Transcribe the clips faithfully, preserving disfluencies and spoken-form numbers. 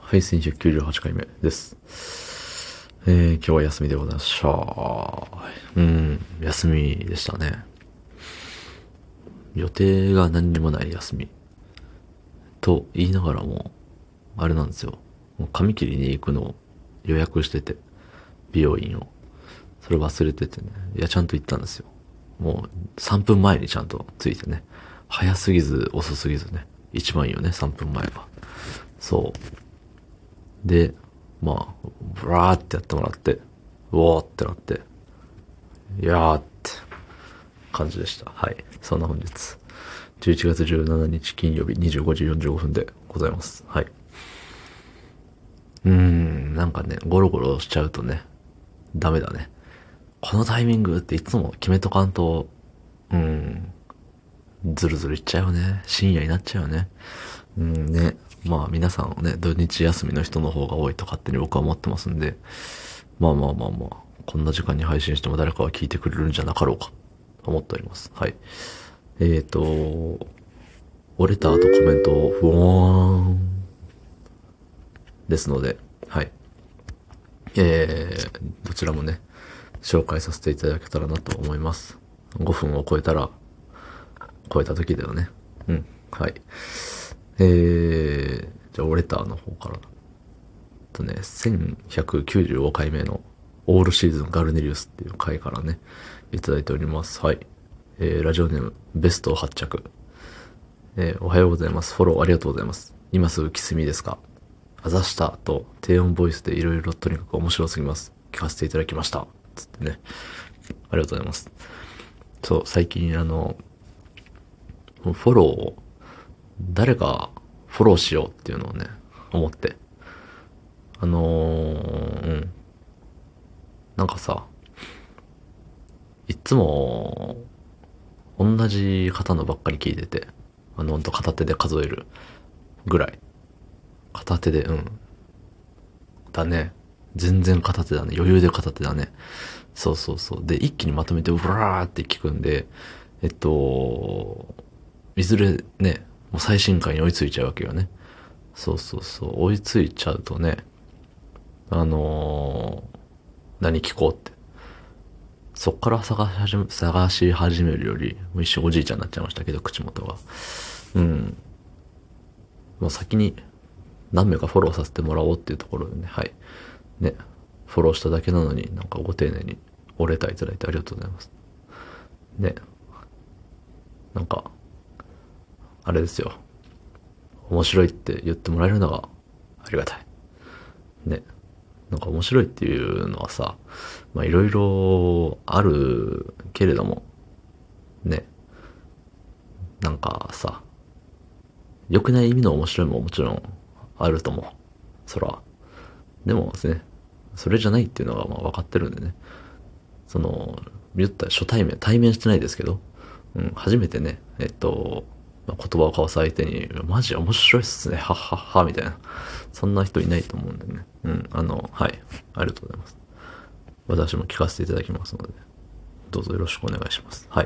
はい、せんひゃくきゅうじゅうはちかいめです。えー、今日は休みでございました。うん、休みでしたね。予定が何にもない休み。と言いながらも、あれなんですよ。もう髪切りに行くのを予約してて、美容院を。それ忘れててね。いや、ちゃんと行ったんですよ。もうさんぷんまえにちゃんと着いてね。早すぎず遅すぎずね。一番いいよね、さんぷんまえは。そう。で、まあ、ブラーってやってもらって、うおーってなって、いやーって感じでした。はい。そんな本日。じゅういちがつじゅうしちにち金曜日にじゅうごじよんじゅうごふんでございます。はい。うーん、なんかね、ゴロゴロしちゃうとね、ダメだね。このタイミングっていつも決めとかんと、うーん、ずるずるいっちゃうよね。深夜になっちゃうよね。うんね。まあ皆さんね、土日休みの人の方が多いと勝手に僕は思ってますんで、まあまあまあまあ、こんな時間に配信しても誰かは聞いてくれるんじゃなかろうか、と思っております。はい。えーと、折れた後コメントを、ふおーん。ですので、はい。えー、どちらもね、紹介させていただけたらなと思います。ごふんを超えたら、超えた時だよね。うん。はい。えー、じゃあ、オレターの方から。とね、せんひゃくきゅうじゅうごかいめのオールシーズンガルネリウスっていう回からね、いただいております。はい。えー、ラジオネーム、ベスト発着。えー、おはようございます。フォローありがとうございます。今すぐキスミですか？あざしたと低音ボイスでいろいろとにかく面白すぎます。聞かせていただきました。つってね。ありがとうございます。そう、最近あの、フォローを誰かフォローしようっていうのをね、思って。あのー、うん。なんかさ、いつも、同じ方のばっかり聞いてて、あの、ほんと片手で数えるぐらい。片手で、うん。だね。全然片手だね。余裕で片手だね。そうそうそう。で、一気にまとめて、うらーって聞くんで、えっと、いずれね、もう最新回に追いついちゃうわけよね。そうそうそう。追いついちゃうとね、あのー、何聞こうって。そっから探し始め、探し始めるより、もう一瞬おじいちゃんになっちゃいましたけど、口元が。うん。もう先に何名かフォローさせてもらおうっていうところでね、はい。ね、フォローしただけなのになんかご丁寧にお礼いただいてありがとうございます。ね、なんか、あれですよ。面白いって言ってもらえるのがありがたい。ね。なんか面白いっていうのはさ、まあいろいろあるけれども、ね。なんかさ、良くない意味の面白いももちろんあると思う。そら。でもですね、それじゃないっていうのがまあ分かってるんでね。その、言ったら初対面、対面してないですけど、うん、初めてね、えっと、まあ、言葉を交わす相手に、マジ面白いっすね、はっはっは、みたいな。そんな人いないと思うんでね。うん、あの、はい。ありがとうございます。私も聞かせていただきますので、どうぞよろしくお願いします。はい。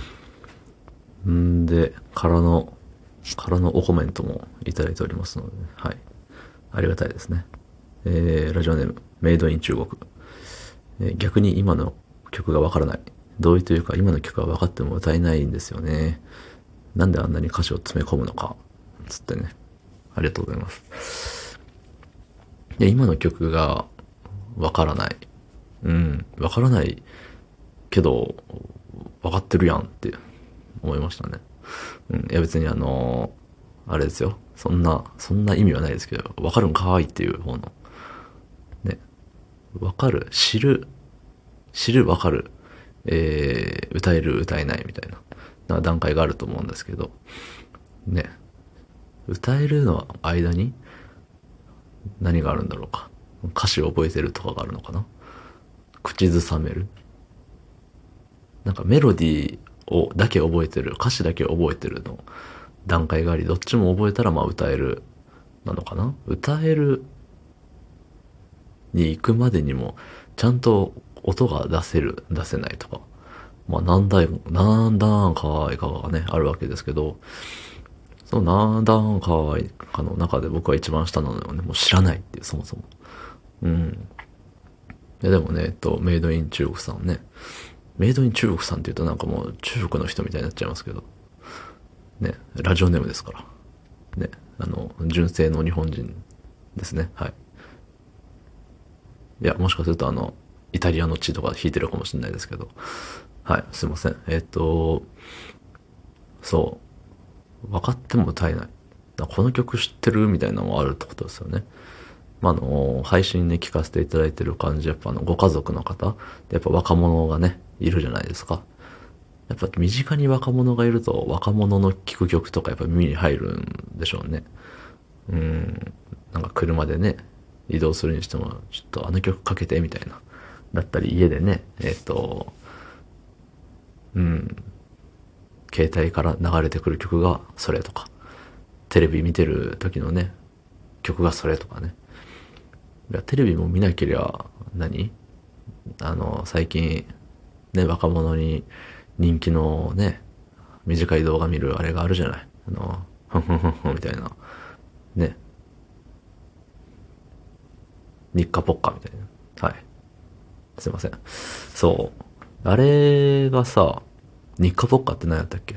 んで、からの、からのおコメントもいただいておりますので、はい。ありがたいですね。えー、ラジオネーム、メイドイン中国。えー逆に今の曲がわからない。同意というか今の曲が分かっても歌えないんですよね。なんであんなに歌詞を詰め込むのか。つってね。ありがとうございます。いや、今の曲がわからない。うん。わからないけど、分かってるやんって思いましたね。うん。いや別にあのあれですよ。そんな、そんな意味はないですけど、わかるんかーいっていう方の。ね。わかる、知る、知るわかる、えー、歌える歌えないみたいな、な段階があると思うんですけど、ね。歌えるの間に何があるんだろうか。歌詞を覚えてるとかがあるのかな。口ずさめる。なんかメロディーをだけ覚えてる、歌詞だけ覚えてるの段階があり、どっちも覚えたらまあ歌えるなのかな。歌えるに行くまでにも、ちゃんと音が出せる、出せないとか、まあ何段、何段階かがね、あるわけですけど、 その何段階かの中で僕は一番下なのよね。もう知らないっていう、そもそも。うん。いやでもね、えっと、メイドイン中国さんね。メイドイン中国さんって言うとなんかもう中国の人みたいになっちゃいますけど。ね、ラジオネームですから。ね、あの、純正の日本人ですね。はい。いや、もしかするとあの、イタリアの地とか弾いてるかもしれないですけど。はい、すいません。えっと、そう。分かっても歌えない。だこの曲知ってるみたいなのもあるってことですよね。まあ、あの、配信ね、聞かせていただいてる感じ、やっぱあの、ご家族の方、やっぱ若者がね、いるじゃないですか。やっぱ身近に若者がいると、若者の聴く曲とかやっぱ耳に入るんでしょうね。うん、なんか車でね、移動するにしても、ちょっとあの曲かけて、みたいな。だったり、家でね、えっと、うん、携帯から流れてくる曲がそれとか、テレビ見てる時のね、曲がそれとかね。いや、テレビも見なけりゃ何、あの、最近、ね、若者に人気のね、短い動画見るあれがあるじゃない。あの、ふんふんふんふんみたいな。ね、日課ポッカみたいな。はい。すいません。そう。あれがさ、日課ポッカって何やったっけ？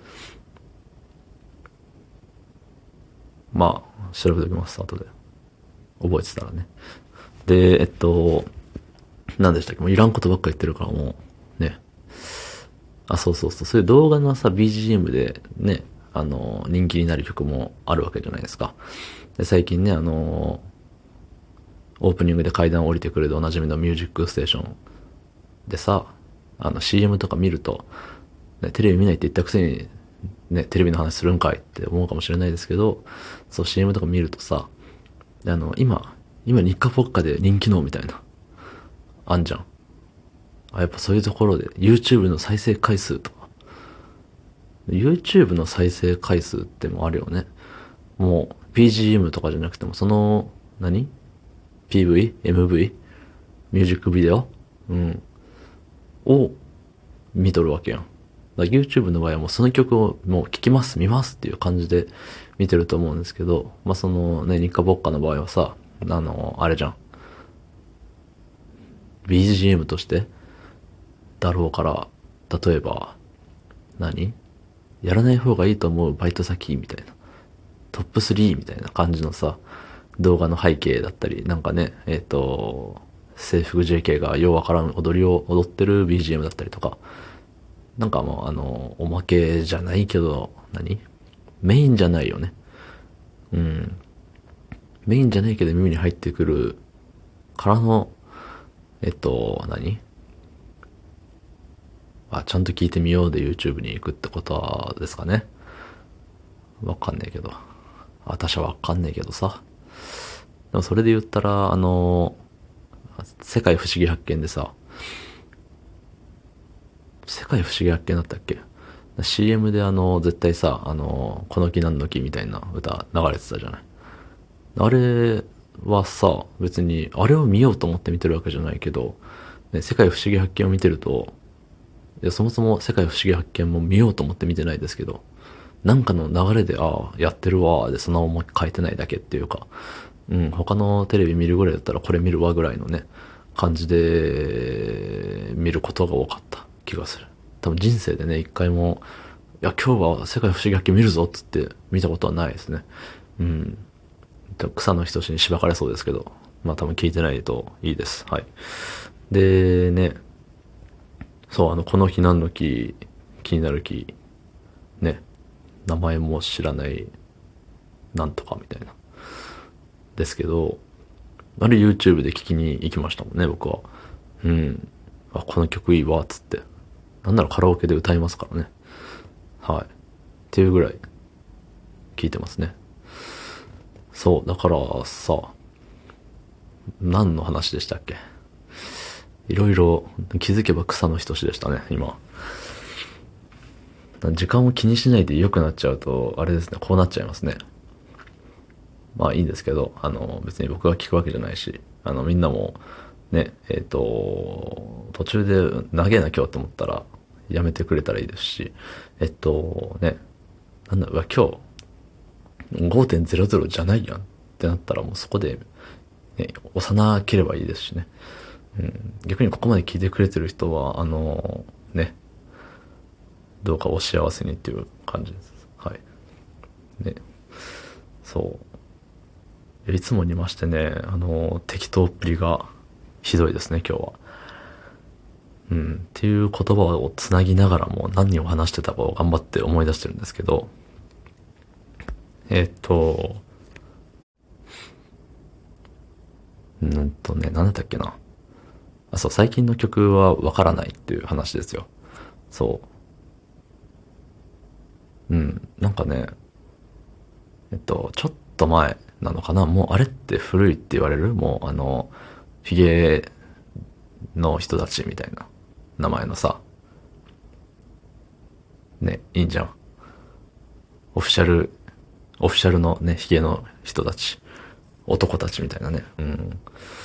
まあ、調べておきます、後で。覚えてたらね。で、えっと、何でしたっけ？もういらんことばっか言ってるからもう、ね。あ、そうそうそう。そういう動画のさ、ビージーエム でね、あの、人気になる曲もあるわけじゃないですか。で、最近ね、あの、オープニングで階段を降りてくるでおなじみのミュージックステーションでさ、あの シーエム とか見ると、ね、テレビ見ないって言ったくせに、ね、テレビの話するんかいって思うかもしれないですけど、そう シーエム とか見るとさ、あの、今、今日課ポッカで人気のみたいな、あんじゃん。あ、やっぱそういうところで、YouTube の再生回数とか、YouTube の再生回数ってもあるよね。もう、ビージーエム とかじゃなくても、その、何 ?ピーブイ? エムブイ? ミュージックビデオうん。を見とるわけやん。だ YouTube の場合はもうその曲をもう聴きます、見ますっていう感じで見てると思うんですけど、まあそのね、日課ボッカの場合はさ、あの、あれじゃん。ビージーエム としてだろうから、例えば、何やらない方がいいと思うバイト先みたいな。トップスリーみたいな感じのさ、動画の背景だったり、なんかね、えっ、と、制服 ジェーケー がようわからん踊りを踊ってる ビージーエム だったりとか、なんかもうあの、おまけじゃないけど、何メインじゃないよね。うん。メインじゃないけど耳に入ってくるからの、えっと、何あ、ちゃんと聞いてみようで YouTube に行くってことですかね。わかんないけど。私はわかんないけどさ。でもそれで言ったら、あの、世界不思議発見でさ、世界不思議発見だったっけ？ シーエム であの、絶対さ、あの、この木なんの木みたいな歌流れてたじゃない。あれはさ、別に、あれを見ようと思って見てるわけじゃないけど、ね、世界不思議発見を見てると、いや、そもそも世界不思議発見も見ようと思って見てないですけど、なんかの流れで、ああ、やってるわ、で、そのまま書いてないだけっていうか、うん、他のテレビ見るぐらいだったらこれ見るわぐらいのね、感じで見ることが多かった気がする。多分人生でね、一回も、いや、今日は世界不思議発見見るぞっつって見たことはないですね。うん。草の人志にしばかれそうですけど、まあ多分聞いてないといいです。はい。で、ね、そう、あの、この木何の木、気になる木、ね、名前も知らない、なんとかみたいな。ですけど、あれ YouTube で聞きに行きましたもんね、僕は。うん。あ、この曲いいわ、つって。なんならカラオケで歌いますからね。はい。っていうぐらい聞いてますね。そう、だからさ、何の話でしたっけ？いろいろ気づけば草の人志でしたね、今。時間を気にしないで良くなっちゃうと、あれですね、こうなっちゃいますね。まあいいんですけど、あの、別に僕が聞くわけじゃないし、あの、みんなも、ね、えっ、と、途中で長えな今日と思ったら、やめてくれたらいいですし、えっと、ね、なんだ、うわ、今日、 ごてんゼロゼロ じゃないやんってなったらもうそこで、ね、押さなければいいですしね。うん、逆にここまで聞いてくれてる人は、あのー、ね、どうかお幸せにっていう感じです。はい。ね。そう。いつもにましてね、あのー、適当っぷりがひどいですね、今日は。うん。っていう言葉をつなぎながらも何を話してたかを頑張って思い出してるんですけど、えっと、うんとね、なんだったっけな。あ、そう、最近の曲はわからないっていう話ですよ。そう。うん。なんかね、えっと、ちょっと前なのかな。もうあれって古いって言われるもうあの、ヒゲの人たちみたいな名前のさ、ね、いいんじゃん。オフィシャル、オフィシャルのね、ヒゲの人たち、男たちみたいなね。うん。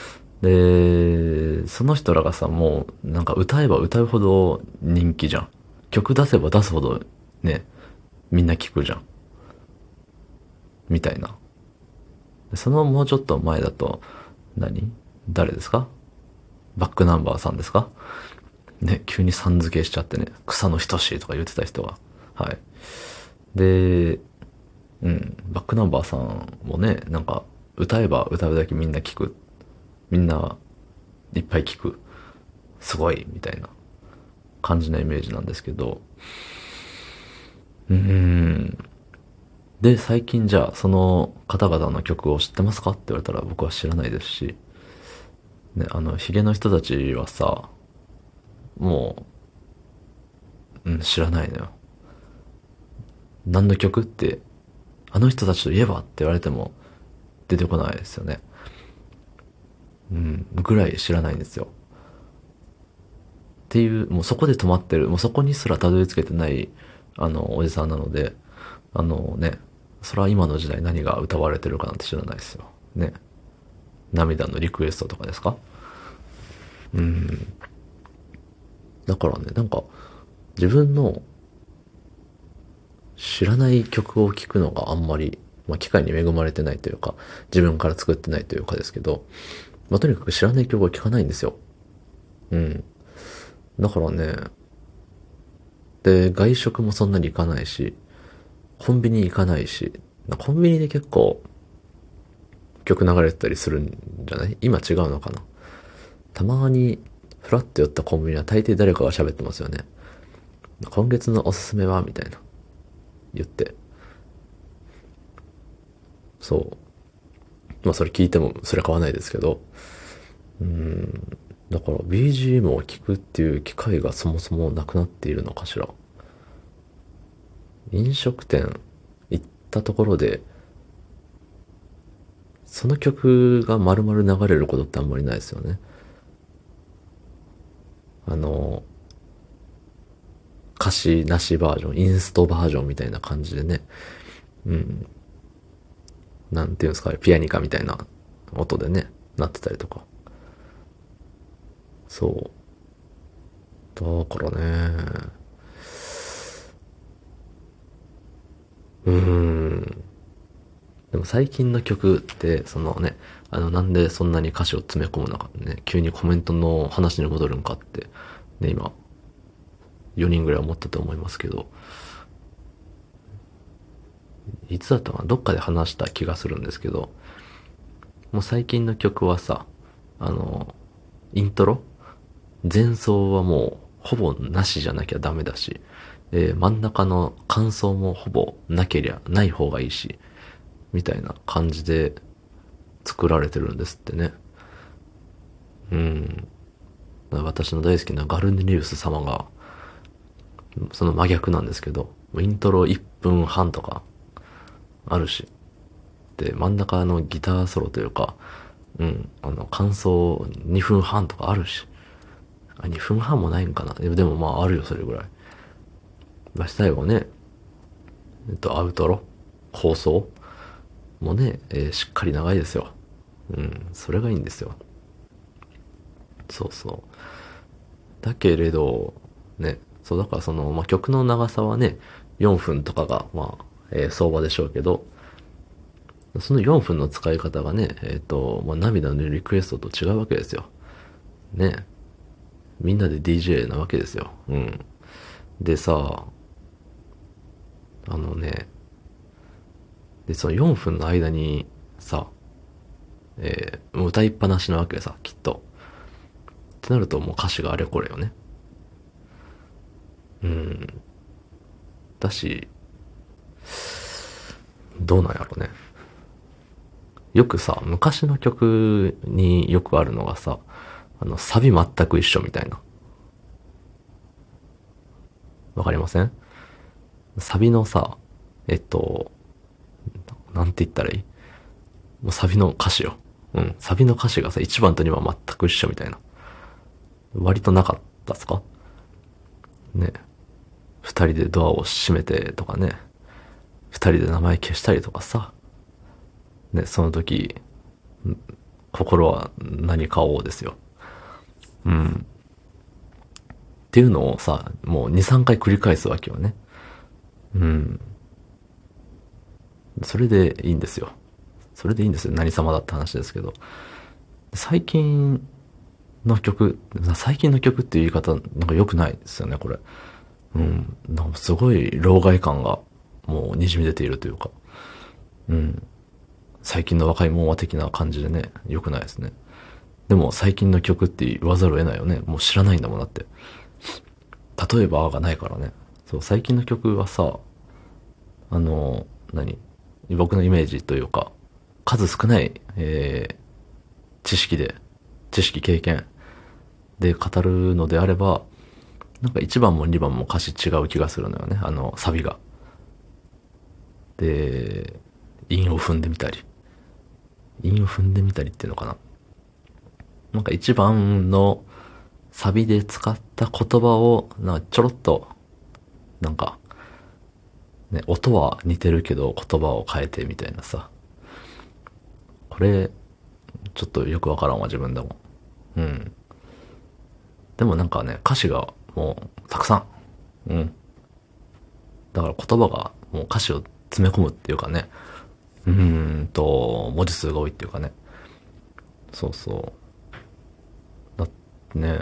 で、その人らがさ、もう、なんか歌えば歌うほど人気じゃん。曲出せば出すほど、ね、みんな聞くじゃん。みたいな。そのもうちょっと前だと何、誰ですか？バックナンバーさんですか？ね、急にさん付けしちゃってね、草野仁とか言ってた人が。はい。で、うん、バックナンバーさんもね、なんか、歌えば歌うだけみんな聞く。みんないっぱい聞く。すごい、みたいな感じなイメージなんですけど、うーん。で、最近じゃあ、その方々の曲を知ってますかって言われたら僕は知らないですし、ね、あの、ヒゲの人たちはさ、もう、うん、知らないのよ。何の曲って、あの人たちといえばって言われても出てこないですよね。うん、ぐらい知らないんですよ。っていう、もうそこで止まってる、もうそこにすらたどり着けてない、あの、おじさんなので、あのね、それは今の時代何が歌われてるかなんて知らないですよ。ね。涙のリクエストとかですか？うん。だからね、なんか、自分の知らない曲を聴くのがあんまり、まあ、機会に恵まれてないというか、自分から作ってないというかですけど、まあ、とにかく知らない曲を聴かないんですよ。うん。だからね、で、外食もそんなに行かないし、コンビニ行かないし、コンビニで結構曲流れてたりするんじゃない？今違うのかな？たまに、フラッと寄ったコンビニは大抵誰かが喋ってますよね。今月のおすすめはみたいな。言って。そう。まあそれ聞いてもそれ買わないですけど。うーん。だから ビージーエム を聞くっていう機会がそもそもなくなっているのかしら。飲食店行ったところで、その曲が丸々流れることってあんまりないですよね。あの、歌詞なしバージョン、インストバージョンみたいな感じでね。うん。なんていうんですか、ピアニカみたいな音でね、なってたりとか。そう。だからね、うーん。でも最近の曲って、そのね、あの、なんでそんなに歌詞を詰め込むのかね、急にコメントの話に戻るんかって、ね、今、よにんぐらい思ったと思いますけど、いつだったかな、どっかで話した気がするんですけど、もう最近の曲はさ、あの、イントロ前奏はもうほぼなしじゃなきゃダメだし、えー真ん中の感想もほぼなけりゃない方がいいし、みたいな感じで作られてるんですってね。うん。私の大好きなガルネリウス様が、その真逆なんですけど、イントロいっぷんはんとかあるし、で、真ん中のギターソロというか、うん、あの、感想にふんはんとかあるし、あ、にふんはんもないんかな。でもまああるよ、それぐらい。だし最後ね、えっと、アウトロ、構想もね、えーしっかり長いですよ。うん、それがいいんですよ。そうそう。だけれど、ね、そうだからその、まあ、曲の長さはね、よんぷんとかが、まあ、えー相場でしょうけど、 そのよんぷんの使い方がね、えっ、と、まあ、涙のリクエストと違うわけですよ。ね。みんなで ディージェー なわけですよ。うん。でさ、あのね、で、そのよんぷんの間にさ、えー歌いっぱなしなわけさ、きっと。ってなるともう歌詞があれこれよね。うん。だし、どうなんやろね。よくさ、昔の曲によくあるのがさ、あの、サビ全く一緒みたいな。わかりません？サビのさ、えっと、なんて言ったらいい？もうサビの歌詞よ。うん。サビの歌詞がさ、いちばんとにばん全く一緒みたいな。割となかったっすかね。二人でドアを閉めてとかね。二人で名前消したりとかさ。ね、その時、心は何かをですよ。うん。っていうのをさ、もうに、さんかい繰り返すわけよね。うん。それでいいんですよ。それでいいんですよ。何様だって話ですけど。最近の曲、最近の曲っていう言い方、なんか良くないですよね、これ。うん。なんかすごい老害感がもう滲み出ているというか。うん。最近の若いもんは的な感じでね、良くないですね。でも最近の曲って言わざるを得ないよね。もう知らないんだもんだって。例えばがないからね。そう、最近の曲はさ、あの、何僕のイメージというか、数少ない、えー、知識で、知識経験で語るのであれば、なんかいちばんもにばんも歌詞違う気がするのよね。あの、サビが。で、韻を踏んでみたり。韻を踏んでみたりっていうのかな。なんかいちばんのサビで使った言葉を、なんかちょろっと、なんか、ね、音は似てるけど言葉を変えてみたいなさ。これ、ちょっとよくわからんわ、自分でも。うん。でもなんかね、歌詞がもうたくさん。うん。だから言葉がもう歌詞を詰め込むっていうかね。うーんと、文字数が多いっていうかね。そうそう。だってね、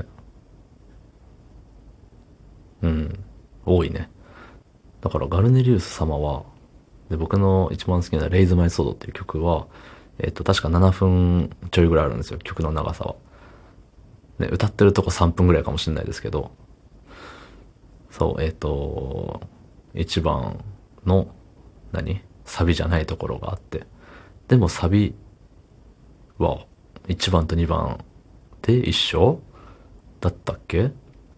うん。多いね。だからガルネリウス様は、で、僕の一番好きなレイズマイソードっていう曲は、えっと、確かななふんちょいぐらいあるんですよ、曲の長さは。ね、歌ってるとこさんぷんぐらいかもしれないですけど、そう、えっと、一番の、何サビじゃないところがあって。でもサビは、いちばんとにばんで一緒だったっけ？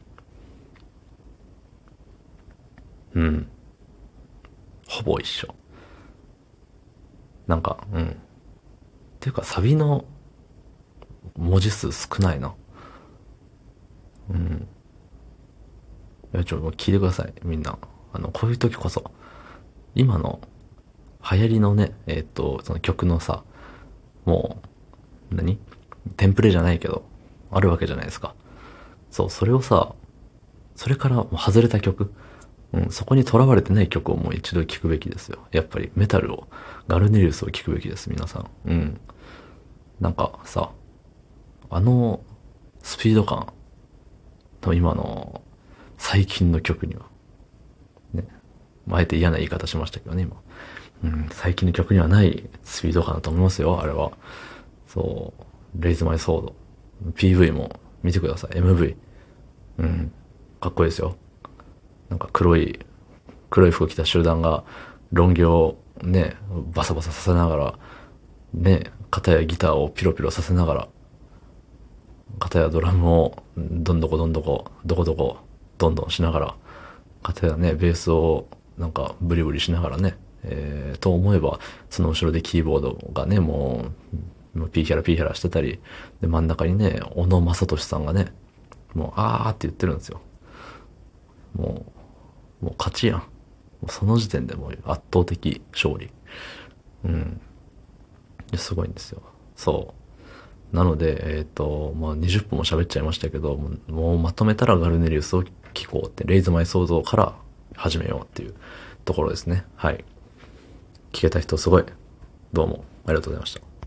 うん。ほぼ一緒。なんか、うん。っていうか、サビの文字数少ないな。うん。いや、ちょ、聞いてください、みんな。あの、こういう時こそ、今の流行りのね、えーっと、その曲のさ、もう、何テンプレじゃないけど、あるわけじゃないですか。そう、それをさ、それからもう外れた曲、うん、そこに囚われてない曲をもう一度聴くべきですよ。やっぱりメタルを、ガルネリウスを聴くべきです、皆さん。うん。なんかさ、あのスピード感、と今の最近の曲には、ね、あえて嫌な言い方しましたけどね、今。うん、最近の曲にはないスピード感だと思いますよ、あれは。そう、レイズマイソード。ピーブイ も見てください、エムブイ。うん、かっこいいですよ。なんか黒い、黒い服着た集団が、ロン毛をね、バサバサさせながら、ね、片やギターをピロピロさせながら、片やドラムをどんどこどんどこ、どこどこ、どんどんしながら、片やね、ベースをなんかブリブリしながらね、えー、と思えば、その後ろでキーボードがね、もう、もうピーヒャラピーヒャラしてたり、で、真ん中にね、小野正俊さんがね、もう、あーって言ってるんですよ。もう、もう勝ちやん。もうその時点でもう圧倒的勝利。うん。すごいんですよ。そう。なので、えっ、と、まあ、にじゅっぷんも喋っちゃいましたけど、もうもうまとめたらガルネリウスを聞こうって、レイズマイ想像から始めようっていうところですね。はい。聞けた人すごい。 どうもありがとうございました。